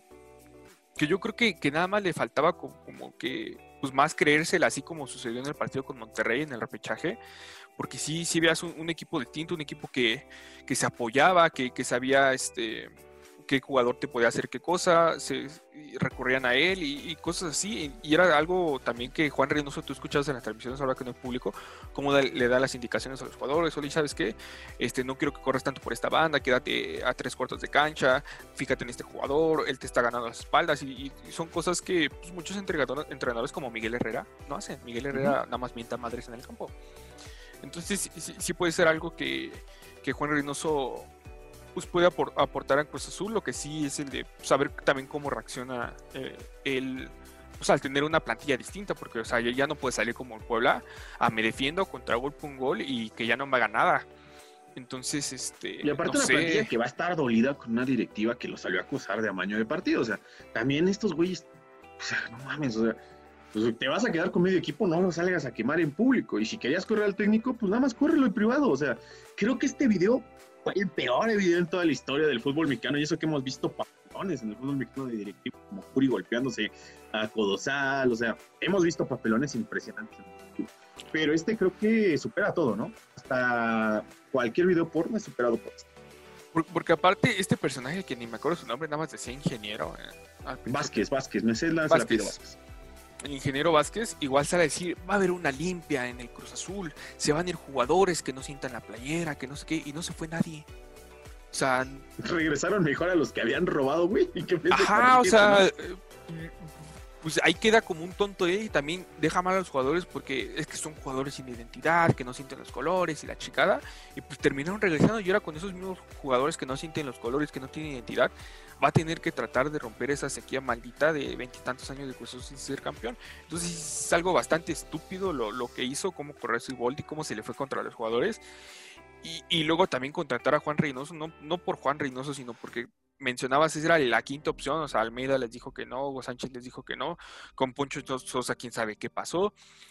que yo creo que, que nada más le faltaba como, como que pues más creérsela, así como sucedió en el partido con Monterrey en el repechaje. Porque sí, sí veas un, un equipo distinto, un equipo que, que se apoyaba, que, que sabía... este qué jugador te podía hacer qué cosa, se recurrían a él y, y cosas así, y, y era algo también que Juan Reynoso, tú escuchabas en las transmisiones ahora que no es público, cómo da, le da las indicaciones a los jugadores. Oye, ¿sabes qué? Este, no quiero que corras tanto por esta banda, quédate a tres cuartos de cancha, fíjate en este jugador, él te está ganando las espaldas, y, y son cosas que pues, muchos entrenadores como Miguel Herrera no hacen. Miguel Herrera uh-huh. nada más mienta madres en el campo. Entonces sí, sí puede ser algo que, que Juan Reynoso pues puede aportar a Cruz Azul. Lo que sí es el de saber también cómo reacciona eh, el, pues, al tener una plantilla distinta, porque o sea, ya, ya no puede salir como el Puebla a me defiendo, contra golpe un gol y que ya no me haga nada. Entonces, este... Y aparte no una sé. plantilla que va a estar dolida con una directiva que lo salió a acusar de amaño de partido. O sea, también estos güeyes, o sea, no mames, o sea, pues te vas a quedar con medio equipo, no lo salgas a quemar en público. Y si querías correr al técnico, pues nada más córrelo en privado. O sea, creo que este video fue el peor video en toda la historia del fútbol mexicano, y eso que hemos visto papelones en el fútbol mexicano de directivos, como Curi golpeándose a Codosal, o sea, hemos visto papelones impresionantes. Pero este creo que supera todo, ¿no? Hasta cualquier video porno es superado por esto. Porque aparte, este personaje, que ni me acuerdo su nombre, nada más decía ingeniero. Eh, Vázquez, Vázquez, no sé la Vázquez. Vázquez. El ingeniero Vázquez igual sale a decir, va a haber una limpia en el Cruz Azul, se van a ir jugadores que no sientan la playera, que no sé qué, y no se fue nadie. O sea... Regresaron mejor a los que habían robado, güey. Ajá, o sea... ¿no? Pues ahí queda como un tonto él, y también deja mal a los jugadores porque es que son jugadores sin identidad, que no sienten los colores y la chicada, y pues terminaron regresando, y ahora con esos mismos jugadores que no sienten los colores, que no tienen identidad, va a tener que tratar de romper esa sequía maldita de veintitantos años de Cruz Azul sin ser campeón. Entonces es algo bastante estúpido lo, lo que hizo, cómo correr su Siboldi, cómo se le fue contra los jugadores, y, y luego también contratar a Juan Reynoso, no, no por Juan Reynoso, sino porque mencionabas, esa era la quinta opción. O sea, Almeida les dijo que no, Hugo Sánchez les dijo que no, con Poncho Sosa quién sabe qué pasó,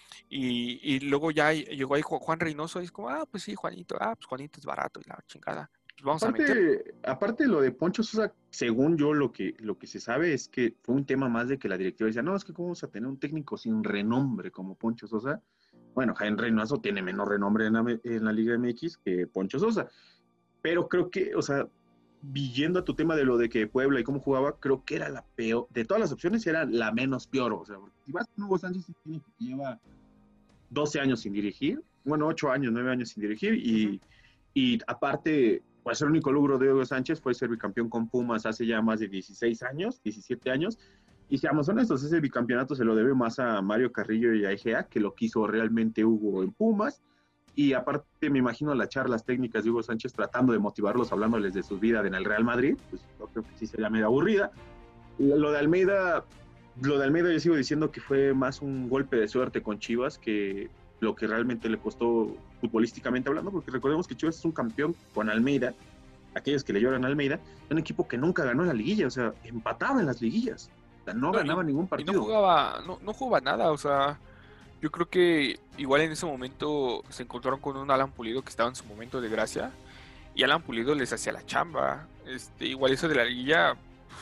y, y luego ya llegó ahí Juan Reynoso y es como, ah, pues sí, Juanito, ah, pues Juanito es barato y la chingada. Pues vamos aparte, a meter. Aparte lo de Poncho Sosa, según yo lo que, lo que se sabe es que fue un tema más de que la directiva decía, no, es que cómo vamos a tener un técnico sin renombre como Poncho Sosa. Bueno, Jaime Reynoso tiene menos renombre en la, en la Liga M X que Poncho Sosa, pero creo que, o sea, yendo a tu tema de lo de que Puebla y cómo jugaba, creo que era la peor, de todas las opciones era la menos peor. O sea, si vas con Hugo Sánchez, que lleva doce años sin dirigir, bueno, ocho años, nueve años sin dirigir, y, uh-huh. y aparte, pues el único logro de Hugo Sánchez fue ser bicampeón con Pumas hace ya más de dieciséis años, diecisiete años, y seamos honestos, ese bicampeonato se lo debe más a Mario Carrillo y a Egea, que lo quiso realmente Hugo en Pumas. Y aparte me imagino las charlas técnicas de Hugo Sánchez tratando de motivarlos, hablándoles de su vida en el Real Madrid, pues yo creo que sí sería medio aburrida. Lo de Almeida, lo de Almeida yo sigo diciendo que fue más un golpe de suerte con Chivas que lo que realmente le costó futbolísticamente hablando, porque recordemos que Chivas es un campeón con Almeida, aquellos que le lloran a Almeida, un equipo que nunca ganó la liguilla, o sea, empataba en las liguillas, o sea, no, no ganaba y, ningún partido. Y no jugaba, no, no jugaba nada, o sea... Yo creo que igual en ese momento se encontraron con un Alan Pulido que estaba en su momento de gracia, y Alan Pulido les hacía la chamba. Este, igual eso de la liguilla,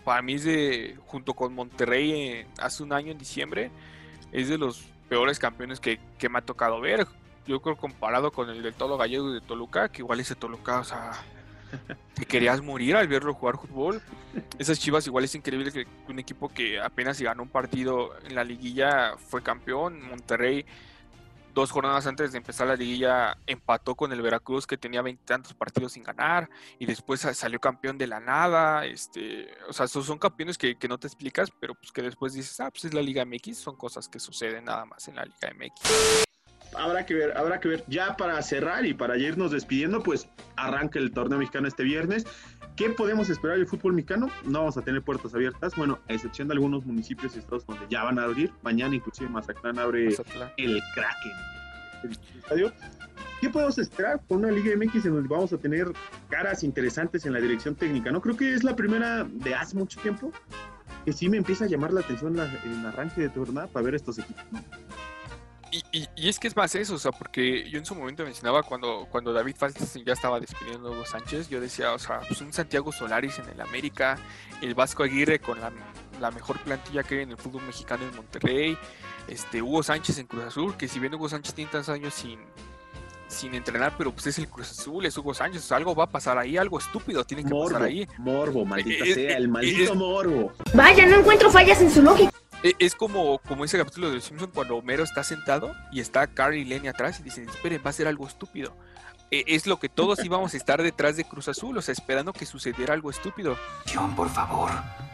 para mí es de, junto con Monterrey eh, hace un año en diciembre, es de los peores campeones que, que me ha tocado ver. Yo creo comparado con el del Tolo Gallego de Toluca, que igual ese Toluca, o sea, te querías morir al verlo jugar fútbol. Esas Chivas igual es increíble que un equipo que apenas ganó un partido en la liguilla fue campeón. Monterrey, dos jornadas antes de empezar la liguilla, empató con el Veracruz, que tenía veintitantos partidos sin ganar, y después salió campeón de la nada. Este, o sea, son, son campeones que, que no te explicas, pero pues que después dices, ah, pues es la Liga M X, son cosas que suceden nada más en la Liga M X. Habrá que ver, habrá que ver. Ya para cerrar y para irnos despidiendo, pues arranca el torneo mexicano este viernes. ¿Qué podemos esperar del fútbol mexicano? No vamos a tener puertas abiertas, bueno, a excepción de algunos municipios y estados donde ya van a abrir. Mañana inclusive Mazatlán abre Mazatlán. El Kraken, el estadio. ¿Qué podemos esperar con una Liga M X en donde vamos a tener caras interesantes en la dirección técnica? No creo que es la primera de hace mucho tiempo que sí me empieza a llamar la atención la, el arranque de torneo para ver estos equipos, ¿no? Y, y, y es que es más eso, o sea, porque yo en su momento mencionaba cuando, cuando David Faltes ya estaba despidiendo a Hugo Sánchez, yo decía, o sea, pues un Santiago Solaris en el América, el Vasco Aguirre con la, la mejor plantilla que hay en el fútbol mexicano en Monterrey, este Hugo Sánchez en Cruz Azul, que si bien Hugo Sánchez tiene tantos años sin, sin entrenar, pero pues es el Cruz Azul, es Hugo Sánchez, o sea, algo va a pasar ahí, algo estúpido tiene que morbo, pasar ahí. Morbo, maldita eh, sea, eh, el maldito eh, morbo. Vaya, no encuentro fallas en su lógica. Es como, como ese capítulo de Los Simpsons cuando Homero está sentado y está Carl y Lenny atrás y dicen, esperen, va a ser algo estúpido. Eh, es lo que todos íbamos a estar detrás de Cruz Azul, o sea, esperando que sucediera algo estúpido. John, por favor,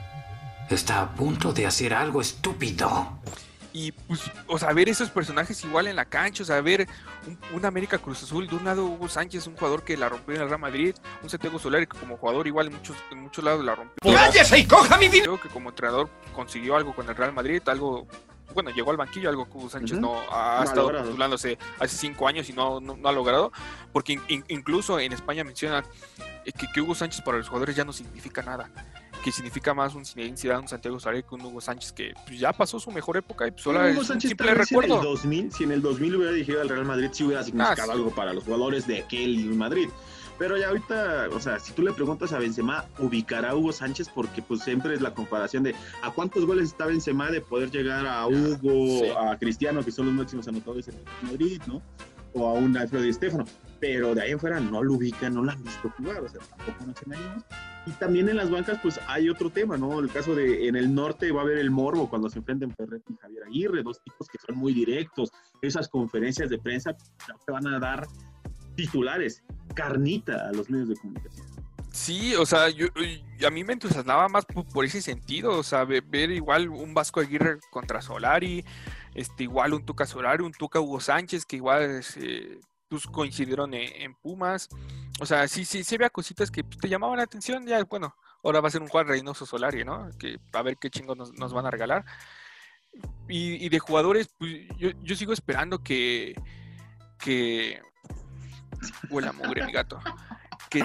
está a punto de hacer algo estúpido. Y pues, o sea, ver esos personajes igual en la cancha, o sea, ver un, un América Cruz Azul, de un lado Hugo Sánchez, un jugador que la rompió en el Real Madrid, un Santiago Solari que como jugador igual en muchos, en muchos lados la rompió. ¡Cállese y coja mi vida! Creo que como entrenador consiguió algo con el Real Madrid, algo, bueno, llegó al banquillo, algo que Hugo Sánchez uh-huh. no ha, ha no estado logrado. postulándose hace cinco años y no, no, no ha logrado, porque in, incluso en España mencionan que, que Hugo Sánchez para los jugadores ya no significa nada, que significa más un Zinedine Zidane, un Santiago Solari que un Hugo Sánchez que pues, ya pasó su mejor época y pues solo es un simple recuerdo. En el dos mil, si en el dos mil hubiera dirigido al Real Madrid, sí hubiera significado ah, sí. algo para los jugadores de aquel Madrid. Pero ya ahorita, o sea, si tú le preguntas a Benzema, ubicará a Hugo Sánchez porque pues siempre es la comparación de a cuántos goles está Benzema de poder llegar a Hugo, sí. a Cristiano, que son los máximos anotadores en el Madrid, ¿no? O a un Alfredo Di Stéfano. Pero de ahí en fuera no lo ubican, no lo han visto jugar, o sea, tampoco no hacen años. Y también en las bancas, pues hay otro tema, ¿no? El caso de en el norte va a haber el morbo cuando se enfrenten Ferretti y Javier Aguirre, dos tipos que son muy directos. Esas conferencias de prensa te van a dar titulares, carnita a los medios de comunicación. Sí, o sea, yo, yo a mí me entusiasmaba más por, por ese sentido, o sea, ver, ver igual un Vasco Aguirre contra Solari, este, igual un Tuca Solari, un Tuca Hugo Sánchez, que igual eh, pues coincidieron en, en Pumas. O sea, sí, sí, sí había cositas que te llamaban la atención. Ya, bueno, ahora va a ser un Juan Reynoso Solari, ¿no? Que a ver qué chingos nos, nos van a regalar. Y, y de jugadores, pues yo, yo sigo esperando que... que... Huele mugre, mi gato. Que...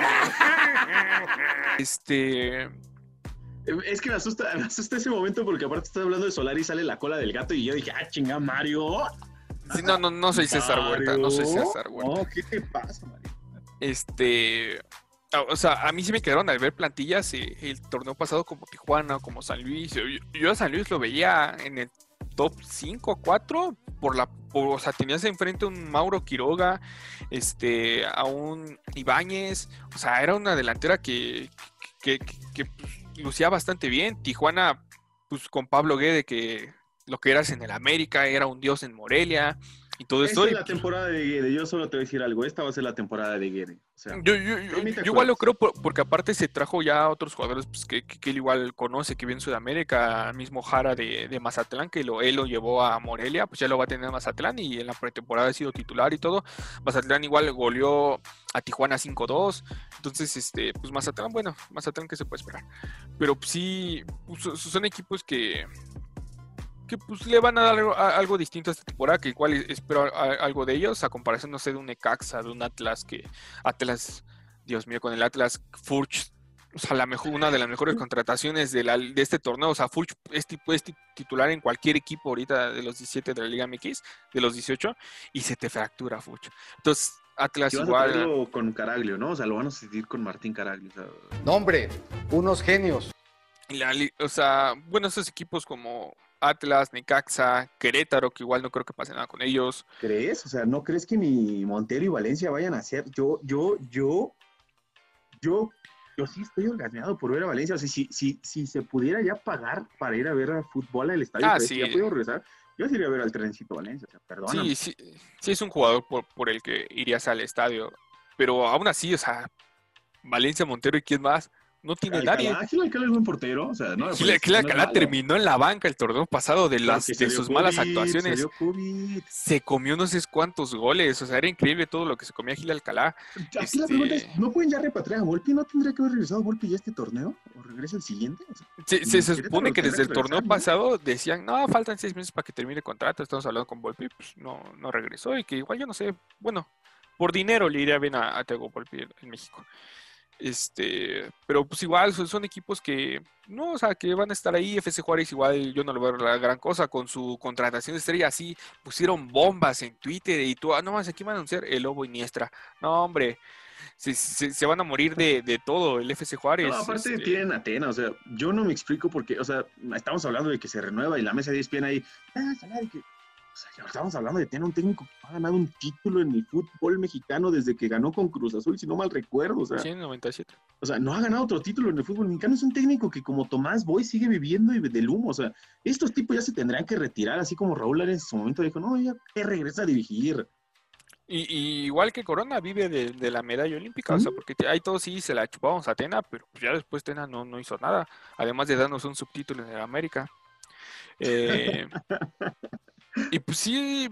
Este... Es que me asusta, me asusta ese momento porque aparte estás hablando de Solari y sale la cola del gato y yo dije, ah, chinga, Mario. Sí, no, no, no soy César Mario. Huerta, no soy César Huerta. No, ¿qué te pasa, Mario? Este, o sea, a mí sí me quedaron al ver plantillas eh, el torneo pasado como Tijuana, como San Luis. Yo, yo a San Luis lo veía en el top cinco, cuatro, por la, por, o sea, tenías enfrente a un Mauro Quiroga, este, a un Ibáñez, o sea, era una delantera que, que, que, que pues, lucía bastante bien. Tijuana, pues con Pablo Guede, que lo que eras en el América, era un dios en Morelia. Y todo esto. Esta es la temporada de Guede. Yo solo te voy a decir algo. Esta va a ser la temporada de Guede. O sea, yo, yo, yo, yo igual lo creo por, porque aparte se trajo ya a otros jugadores pues, que, que, que él igual conoce, que viene en Sudamérica, mismo Jara de, de Mazatlán, que lo, él lo llevó a Morelia, pues ya lo va a tener en Mazatlán y en la pretemporada ha sido titular y todo. Mazatlán igual goleó a Tijuana cinco dos. Entonces, este, pues Mazatlán, bueno, Mazatlán que se puede esperar. Pero pues, sí, pues, son equipos que... que pues le van a dar algo, algo distinto a esta temporada, que igual espero algo de ellos, a comparación, no sé, de un Necaxa, de un Atlas, que Atlas, Dios mío, con el Atlas, Furch, o sea, la mejor, una de las mejores contrataciones de, la, de este torneo, o sea, Furch es, es titular en cualquier equipo ahorita de los diecisiete de la Liga M X, de los dieciocho, y se te fractura Furch. Entonces, Atlas y vas igual... a traerlo con Caraglio, ¿no? O sea, lo van a seguir con Martín Caraglio. O sea... No, hombre, unos genios. La, o sea, bueno, esos equipos como Atlas, Necaxa, Querétaro, que igual no creo que pase nada con ellos. ¿Crees? O sea, ¿no crees que ni Montero y Valencia vayan a hacer? Yo, yo, yo, yo, yo sí estoy orgasmeado por ver a Valencia. O sea, si, si, si se pudiera ya pagar para ir a ver a fútbol al estadio, ah, pues, sí. ya puedo regresar. Yo sí iría a ver al Trencito Valencia, o sea, perdóname. Sí, sí, sí es un jugador por, por el que irías al estadio, pero aún así, o sea, Valencia, Montero y quién más, no tiene Alcalá, nadie. Gil Alcalá es buen portero, o sea, no. Gil, Gil Alcalá terminó en la banca el torneo pasado de las de sus COVID, malas actuaciones. Se, COVID. se comió no sé cuántos goles, o sea, era increíble todo lo que se comía Gil Alcalá. Aquí este... la pregunta es, ¿no pueden ya repatriar a Volpi? ¿No tendría que haber regresado Volpi ya este torneo? ¿O regresa el siguiente? O sea, se se, se supone que desde el regresar, torneo ¿no? pasado decían, no, faltan seis meses para que termine el contrato, estamos hablando con Volpi, pues no, no regresó y que igual yo no sé, bueno, por dinero le iría bien a, a Thiago Volpi en, en México. Este, pero pues igual son, son equipos que no, o sea, que van a estar ahí. F C Juárez igual yo no lo veo la gran cosa con su contratación de estrella, así pusieron bombas en Twitter y tú, ah, no más, aquí van a anunciar el Lobo Iniestra. No, hombre, se, se, se van a morir de, de todo el F C Juárez. No, aparte este... tienen Atena, o sea, yo no me explico porque, o sea, estamos hablando de que se renueva y la mesa de E S P N ahí, ah, de que, o sea, ya estamos hablando de tener un técnico que ha ganado un título en el fútbol mexicano desde que ganó con Cruz Azul, si no mal recuerdo, o sea. Sí, en noventa y siete. O sea, no ha ganado otro título en el fútbol mexicano, es un técnico que como Tomás Boy sigue viviendo del humo, o sea, estos tipos ya se tendrán que retirar, así como Raúl Arias en su momento dijo, no, ya te regresa a dirigir. Y, y igual que Corona vive de, de la medalla olímpica, ¿Mm? O sea, porque ahí todos sí se la chupamos a Tena, pero ya después Tena no, no hizo nada, además de darnos un subtítulo en el América. Eh, y pues sí,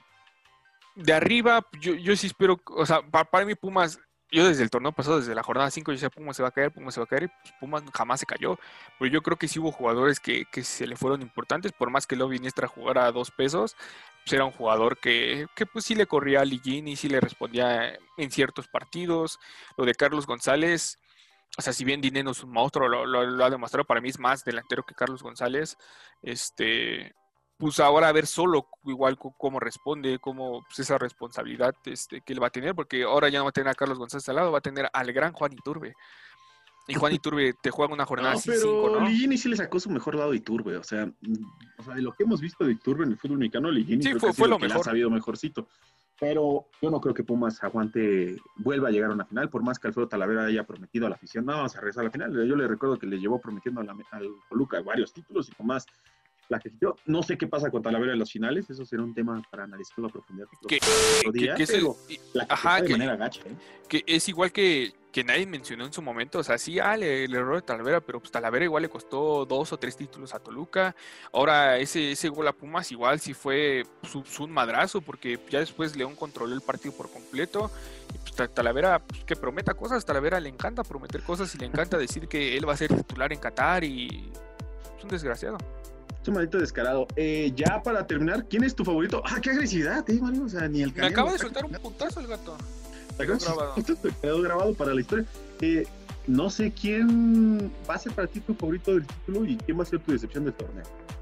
de arriba, yo, yo sí espero, o sea, para, para mí Pumas, yo desde el torneo pasado, desde la jornada cinco, yo decía Pumas se va a caer, Pumas se va a caer, y pues Pumas jamás se cayó, pero yo creo que sí hubo jugadores que, que se le fueron importantes, por más que Lobo Iniestra jugara a dos pesos, pues era un jugador que, que pues sí le corría a Ligini, sí le respondía en ciertos partidos. Lo de Carlos González, o sea, si bien Dineno es un monstruo, lo, lo, lo ha demostrado, para mí es más delantero que Carlos González, este... pues ahora a ver solo igual cómo responde, cómo pues esa responsabilidad este, que él va a tener, porque ahora ya no va a tener a Carlos González al lado, va a tener al gran Juan Iturbe. Y Juan Iturbe te juega una jornada no, así pero cinco, ¿no? Ligini sí le sacó su mejor lado a Iturbe, o sea, o sea, de lo que hemos visto de Iturbe en el fútbol mexicano, Ligini sí, creo fue, que fue lo que mejor. Ha sabido mejorcito. Pero yo no creo que Pumas aguante, vuelva a llegar a una final, por más que Alfredo Talavera haya prometido a la afición, no, vamos a regresar a la final. Yo le recuerdo que le llevó prometiendo a la, al Toluca varios títulos y con más la que yo no sé qué pasa con Talavera en las finales, eso será un tema para analizarlo a profundidad. Que, día, que, que, pero es, la que ajá, de que, manera gacha, ¿eh? Que es igual que, que nadie mencionó en su momento, o sea, sí, ah, el, el error de Talavera, pero pues Talavera igual le costó dos o tres títulos a Toluca. Ahora ese, ese gol a Pumas igual sí fue pues, un madrazo, porque ya después León controló el partido por completo. Y pues Talavera, pues, que prometa cosas, Talavera le encanta prometer cosas y le encanta decir que él va a ser titular en Qatar y es un desgraciado. Es un maldito descarado. Eh, ya para terminar, ¿quién es tu favorito? ¡Ah, qué agresividad, eh, Mario! O sea, ni el Me acaba de soltar un putazo el gato. Quedó grabado. Quedó grabado para la historia. Eh, no sé quién va a ser para ti tu favorito del título y quién va a ser tu decepción del torneo.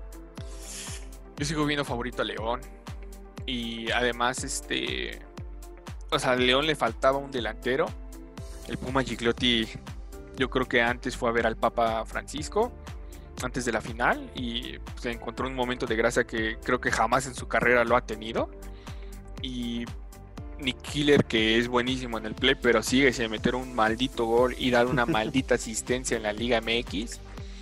Yo sigo viendo favorito a León. Y además, este... O sea, a León le faltaba un delantero. El Puma Gigliotti, yo creo que antes fue a ver al Papa Francisco, antes de la final, y se encontró un momento de gracia que creo que jamás en su carrera lo ha tenido. Y Nick Killer, que es buenísimo en el play, pero sigue sin meter un maldito gol y dar una maldita asistencia en la Liga M X.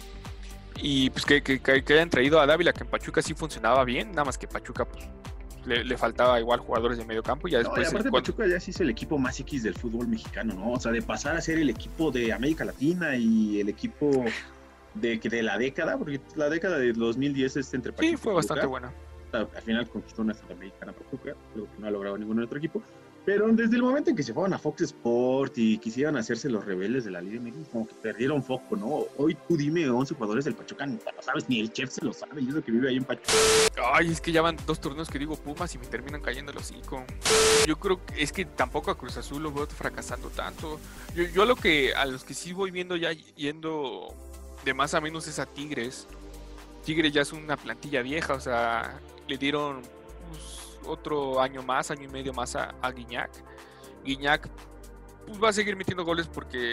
Y pues que, que, que hayan traído a Dávila, que en Pachuca sí funcionaba bien, nada más que Pachuca pues, le, le faltaba igual jugadores de medio campo. Y ya después, no, y aparte cuando... Pachuca ya sí es el equipo más X del fútbol mexicano, ¿no? O sea, de pasar a ser el equipo de América Latina y el equipo de, de la década, porque la década de dos mil diez es entre Pachuca. Sí, fue bastante buena. Al final conquistó una Sudamericana Pachuca, lo que no ha logrado ningún otro equipo. Pero desde el momento en que se fueron a Fox Sport y quisieron hacerse los rebeldes de la Liga M X, como que perdieron foco, ¿no? Hoy tú dime once jugadores del Pachuca, no sabes, ni el chef se lo sabe, y eso que vive ahí en Pachuca. Ay, es que ya van dos torneos que digo Pumas y me terminan cayendo los hocico. Yo creo que es que tampoco a Cruz Azul lo veo fracasando tanto. Yo, yo a lo que a los que sí voy viendo ya yendo de más a menos es a Tigres. Tigres ya es una plantilla vieja, o sea, le dieron pues, otro año más, año y medio más a, a Guiñac. Guiñac pues, va a seguir metiendo goles porque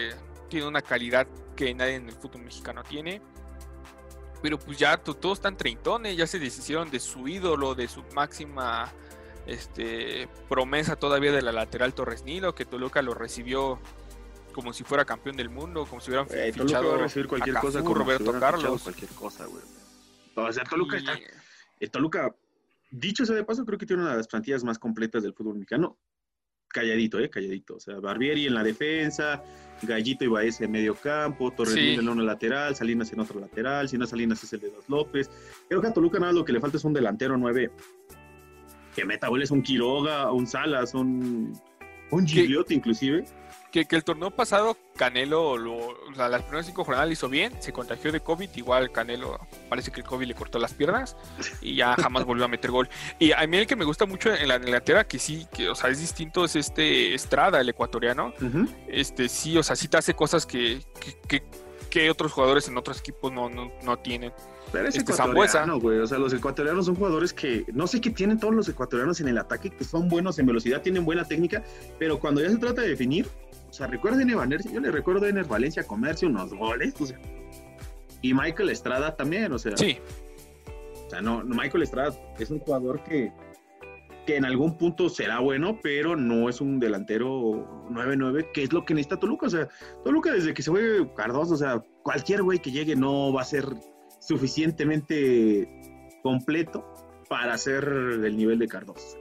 tiene una calidad que nadie en el fútbol mexicano tiene. Pero pues ya to- todos están treintones, ya se deshicieron de su ídolo, de su máxima este, promesa todavía de la lateral Torres Nilo, que Toluca lo recibió como si fuera campeón del mundo, como si hubieran Eh, Toluca fichado va a recibir cualquier a Cafú, cosa como si Roberto hubieran fichado Carlos. cualquier cosa, güey. O sea, Toluca Y- está... El Toluca, dicho sea de paso, creo que tiene una de las plantillas más completas del fútbol mexicano. Calladito, eh, calladito. O sea, Barbieri en la defensa, Gallito y Baez en medio campo, Torres Sí. Nilo en una lateral, Salinas en otro lateral, si no Salinas es el de Dos López. Creo que a Toluca nada lo que le falta es un delantero nueve que meta goles, un Quiroga, un Salas, un, un Gigliotti inclusive. Que, que el torneo pasado Canelo, lo, o sea, las primeras cinco jornadas lo hizo bien, se contagió de COVID, igual Canelo parece que el COVID le cortó las piernas y ya jamás volvió a meter gol. Y a mí el que me gusta mucho en la delantera, que sí, que o sea, es distinto, es este Estrada, el ecuatoriano. Uh-huh. Este sí, o sea, sí te hace cosas que, que, que, que otros jugadores en otros equipos no, no, no tienen. Pero es Este ecuatoriano, güey. O sea, los ecuatorianos son jugadores que no sé qué tienen todos los ecuatorianos en el ataque, que son buenos en velocidad, tienen buena técnica, pero cuando ya se trata de definir, o sea, recuerden a Evander, yo le recuerdo a Ener Valencia comerse unos goles, o sea, y Michael Estrada también, o sea. Sí. O sea, no, no, Michael Estrada es un jugador que, que en algún punto será bueno, pero no es un delantero nueve nueve, que es lo que necesita Toluca. O sea, Toluca desde que se fue Cardoso, o sea, cualquier güey que llegue no va a ser suficientemente completo para ser del nivel de Cardoso.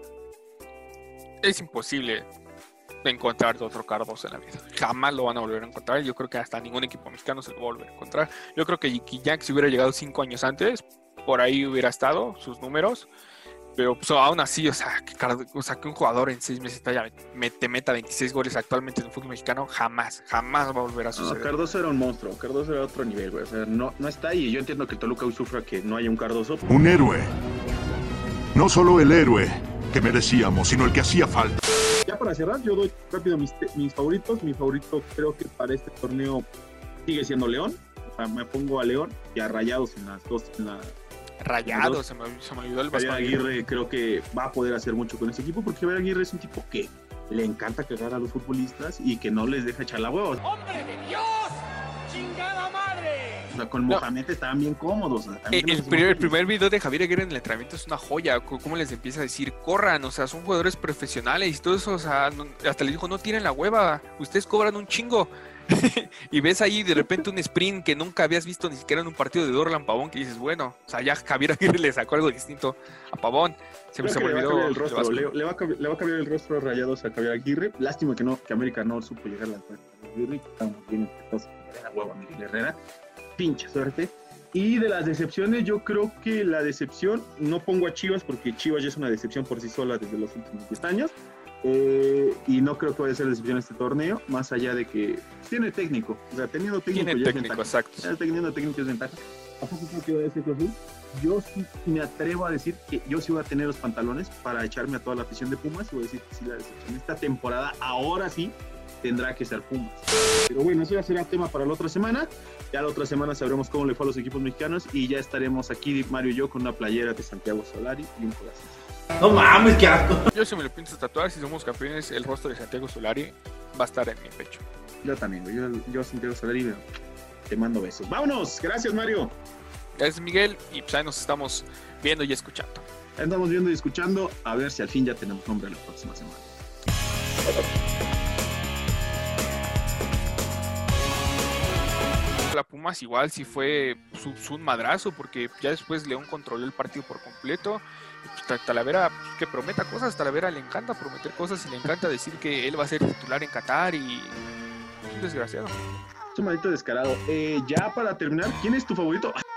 Es imposible encontrar otro Cardoso en la vida. Jamás lo van a volver a encontrar. Yo creo que hasta ningún equipo mexicano se lo va a volver a encontrar. Yo creo que Gignac, si hubiera llegado cinco años antes, por ahí hubiera estado sus números. Pero pues, aún así, o sea, que, Card- o sea, que un jugador en seis meses te, haya- me- te meta veintiséis goles actualmente en el fútbol mexicano, jamás, jamás va a volver a No, suceder. Cardoso era un monstruo, Cardoso era otro nivel, güey. O sea, no, no está ahí. Yo entiendo que el Toluca hoy sufra que no haya un Cardoso. Un héroe. No solo el héroe que merecíamos, sino el que hacía falta. Ya para cerrar, yo doy rápido mis, te- mis favoritos. Mi favorito creo que para este torneo sigue siendo León. O sea, me pongo a León y a Rayados en las dos. En la, Rayado, Dos. se me, se me olvidó el Javier Vasco Aguirre creo que va a poder hacer mucho con ese equipo, porque Javier Aguirre es un tipo que le encanta cagar a los futbolistas y que no les deja echar la hueva. ¡Hombre de Dios! ¡Chingada madre! O sea, con No. Mohamed estaban bien cómodos. O sea, también El, se el nos primer, el hacemos primer video de Javier Aguirre en el entrenamiento es una joya. c- Cómo les empieza a decir, corran, o sea, son jugadores profesionales y todo eso, o sea, no- hasta les dijo, no tiren la hueva, ustedes cobran un chingo. Y ves ahí de repente un sprint que nunca habías visto ni siquiera en un partido de Dorlan Pavón, que dices, bueno, o sea, ya Javier Aguirre le sacó algo distinto a Pavón. Se, Creo se que me le va a olvidó. cambiar el el rostro, Vasco. le, le va a, cambi- le va a cambiar el rostro de Rayados a Javier Aguirre. Lástima que no, que América no supo llegar a la cuenta de Aguirre, que estamos bien enfrentados con la hueva Miguel Herrera. Pinche suerte. Y de las decepciones, yo creo que la decepción, no pongo a Chivas porque Chivas ya es una decepción por sí sola desde los últimos diez años. Eh, y no creo que vaya a ser decepción este torneo, más allá de que tiene técnico. O sea, teniendo técnico Tiene ya es técnico, ventaja. exacto. Ya teniendo técnico es ventaja. ¿A poco creo que va a ser Cruz Azul? Yo sí me atrevo a decir que yo sí voy a tener los pantalones para echarme a toda la afición de Pumas y voy a decir que sí, la decepción esta temporada ahora sí tendrá que ser Pumas. Pero bueno, eso ya será tema para la otra semana. Ya la otra semana sabremos cómo le fue a los equipos mexicanos y ya estaremos aquí, Mario y yo, con una playera de Santiago Solari y un corazón. No mames, qué asco. Yo si me lo pienso tatuar, si somos campeones, el rostro de Santiago Solari va a estar en mi pecho. Yo también, güey. Yo, yo Santiago Solari, me- te mando besos. ¡Vámonos! Gracias, Mario. Gracias, Miguel, y pues ahí nos estamos viendo y escuchando. Andamos viendo y escuchando. A ver si al fin ya tenemos nombre la próxima semana. La Pumas igual sí fue su, su un madrazo, porque ya después León controló el partido por completo. Y pues, Ta- Talavera, pues, que prometa cosas, Talavera le encanta prometer cosas y le encanta decir que él va a ser titular en Qatar y es un desgraciado. Es un maldito descarado. Eh, ya para terminar, ¿quién es tu favorito?